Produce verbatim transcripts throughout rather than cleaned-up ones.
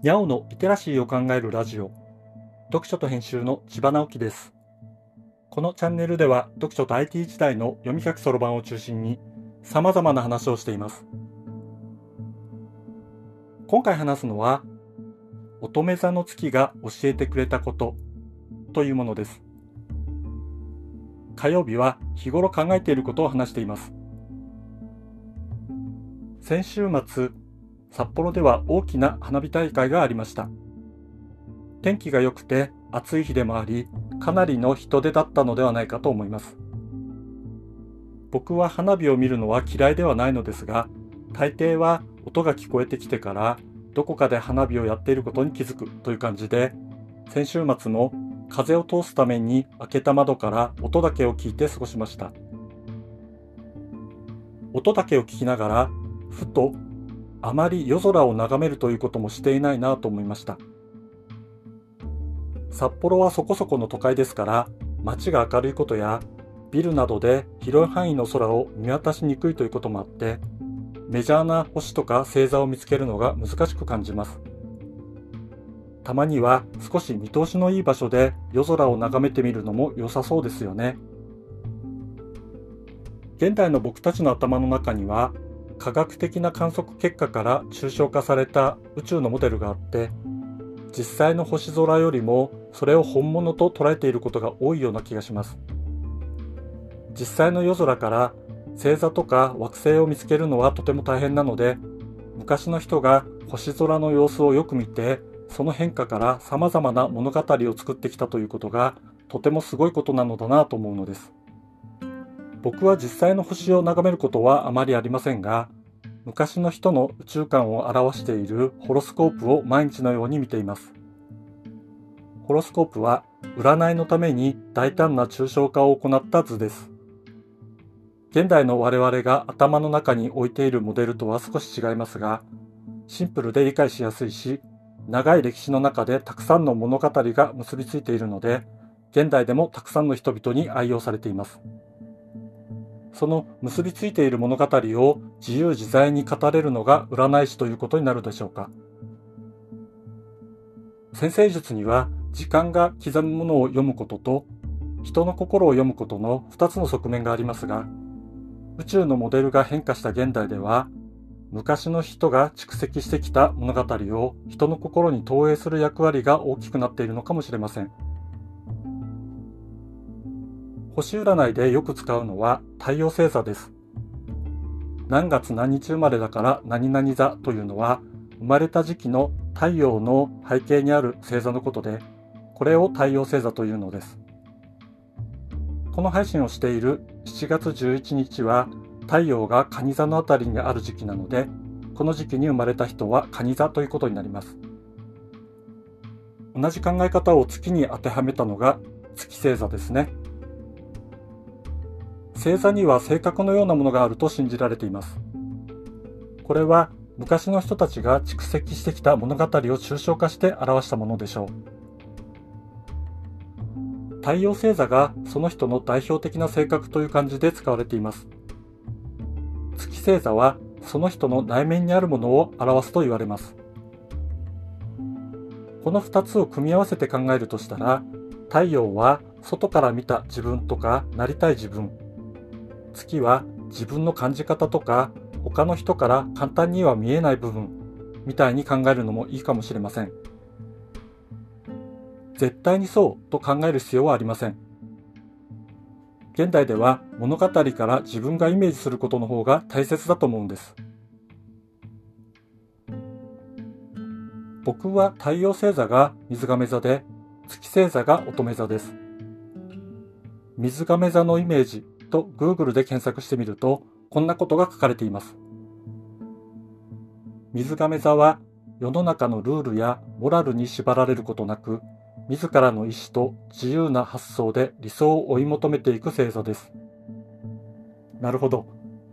にゃおのリテラシーを考えるラジオ、読書と編集の千葉直樹です。このチャンネルでは読書と アイティー 時代の読み書きそろばんを中心に様々な話をしています。今回話すのは、乙女座の月が教えてくれたことというものです。火曜日は日頃考えていることを話しています。先週末、札幌では大きな花火大会がありました。天気が良くて暑い日でもあり、かなりの人出だったのではないかと思います。僕は花火を見るのは嫌いではないのですが、大抵は音が聞こえてきてからどこかで花火をやっていることに気づくという感じで、先週末も風を通すために開けた窓から音だけを聞いて過ごしました。音だけを聞きながら、ふとあまり夜空を眺めるということもしていないなと思いました。札幌はそこそこの都会ですから、街が明るいことやビルなどで広い範囲の空を見渡しにくいということもあって、メジャーな星とか星座を見つけるのが難しく感じます。たまには少し見通しのいい場所で夜空を眺めてみるのも良さそうですよね。現代の僕たちの頭の中には、科学的な観測結果から抽象化された宇宙のモデルがあって、実際の星空よりもそれを本物と捉えていることが多いような気がします。実際の夜空から星座とか惑星を見つけるのはとても大変なので、昔の人が星空の様子をよく見て、その変化から様々な物語を作ってきたということがとてもすごいことなのだなと思うのです。僕は実際の星を眺めることはあまりありませんが、昔の人の宇宙観を表しているホロスコープを毎日のように見ています。ホロスコープは占いのために大胆な抽象化を行った図です。現代の我々が頭の中に置いているモデルとは少し違いますが、シンプルで理解しやすいし、長い歴史の中でたくさんの物語が結びついているので、現代でもたくさんの人々に愛用されています。その結びついている物語を自由自在に語れるのが占い師ということになるでしょうか。占星術には時間が刻むものを読むことと人の心を読むことのふたつの側面がありますが、宇宙のモデルが変化した現代では、昔の人が蓄積してきた物語を人の心に投影する役割が大きくなっているのかもしれません。星占いでよく使うのは太陽星座です。何月何日生まれだから何々座というのは、生まれた時期の太陽の背景にある星座のことで、これを太陽星座というのです。この配信をしているしちがつじゅういちにちは太陽が蟹座のあたりにある時期なので、この時期に生まれた人は蟹座ということになります。同じ考え方を月に当てはめたのが月星座ですね。星座には性格のようなものがあると信じられています。これは昔の人たちが蓄積してきた物語を抽象化して表したものでしょう。太陽星座がその人の代表的な性格という感じで使われています。月星座はその人の内面にあるものを表すと言われます。このふたつを組み合わせて考えるとしたら、太陽は外から見た自分とかなりたい自分、月は自分の感じ方とか他の人から簡単には見えない部分みたいに考えるのもいいかもしれません。絶対にそうと考える必要はありません。現代では物語から自分がイメージすることの方が大切だと思うんです。僕は太陽星座が水亀座で、月星座が乙女座です。水亀座のイメージと Google で検索してみると、こんなことが書かれています。水亀座は世の中のルールやモラルに縛られることなく、自らの意志と自由な発想で理想を追い求めていく星座です。なるほど。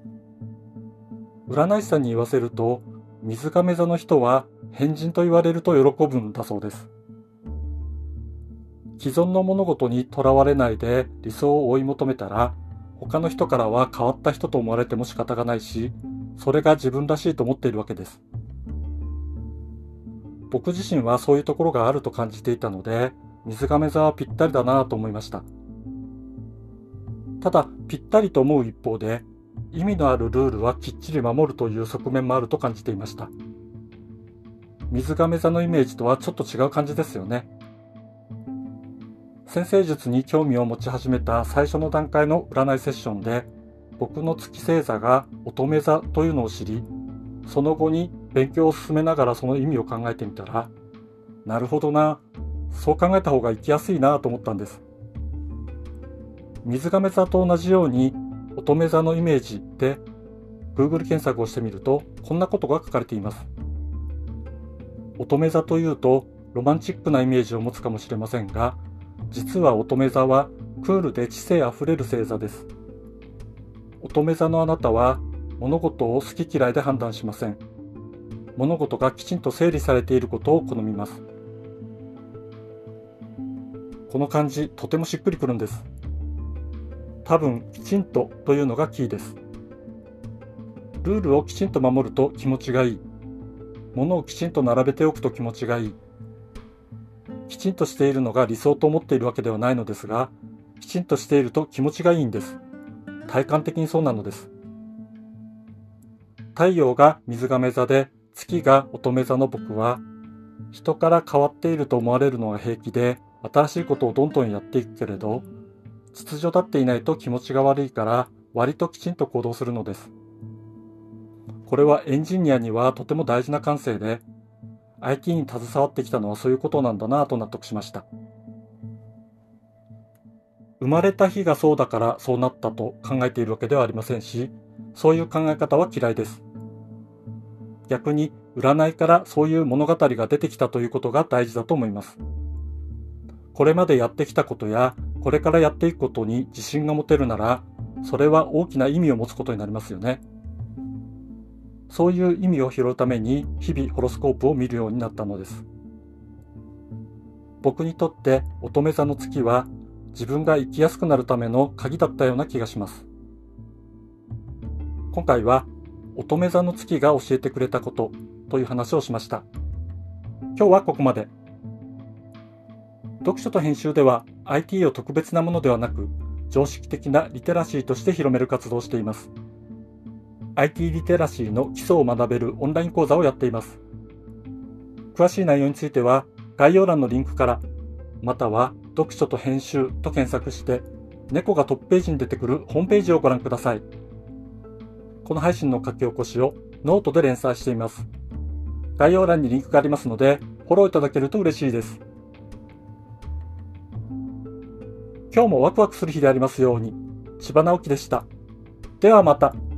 占い師さんに言わせると、水亀座の人は変人と言われると喜ぶんだそうです。既存の物事にとらわれないで理想を追い求めたら、他の人からは変わった人と思われても仕方がないし、それが自分らしいと思っているわけです。 僕自身はそういうところがあると感じていたので、水亀座はぴったりだなと思いました。ただ、ぴったりと思う一方で、意味のあるルールはきっちり守るという側面もあると感じていました。水亀座のイメージとはちょっと違う感じですよね。占星術に興味を持ち始めた最初の段階の占いセッションで、僕の月星座が乙女座というのを知り、その後に勉強を進めながらその意味を考えてみたら、なるほどな、そう考えた方が生きやすいなと思ったんです。水亀座と同じように乙女座のイメージで Google 検索をしてみるとこんなことが書かれています。乙女座というとロマンチックなイメージを持つかもしれませんが、実は乙女座はクールで知性あふれる星座です。乙女座のあなたは物事を好き嫌いで判断しません。物事がきちんと整理されていることを好みます。この漢字、とてもしっくりくるんです。多分、きちんとというのがキーです。ルールをきちんと守ると気持ちがいい。物をきちんと並べておくと気持ちがいい。きちんとしているのが理想と思っているわけではないのですが、きちんとしていると気持ちがいいんです。体感的にそうなのです。太陽が水亀座で月が乙女座の僕は、人から変わっていると思われるのが平気で、新しいことをどんどんやっていくけれど、秩序立っていないと気持ちが悪いから割ときちんと行動するのです。これはエンジニアにはとても大事な感性で、アイティー に携わってきたのはそういうことなんだなぁと納得しました。生まれた日がそうだからそうなったと考えているわけではありませんし、そういう考え方は嫌いです。逆に占いからそういう物語が出てきたということが大事だと思います。これまでやってきたことやこれからやっていくことに自信が持てるなら、それは大きな意味を持つことになりますよね。そういう意味を拾うために日々ホロスコープを見るようになったのです。僕にとって乙女座の月は自分が生きやすくなるための鍵だったような気がします。今回は乙女座の月が教えてくれたことという話をしました。今日はここまで。読書と編集では アイティー を特別なものではなく常識的なリテラシーとして広める活動をしています。アイティー リテラシーの基礎を学べるオンライン講座をやっています。詳しい内容については概要欄のリンクから、または読書と編集と検索して猫がトップページに出てくるホームページをご覧ください。この配信の書き起こしをノートで連載しています。概要欄にリンクがありますのでフォローいただけると嬉しいです。今日もワクワクする日でありますように。千葉直樹でした。ではまた。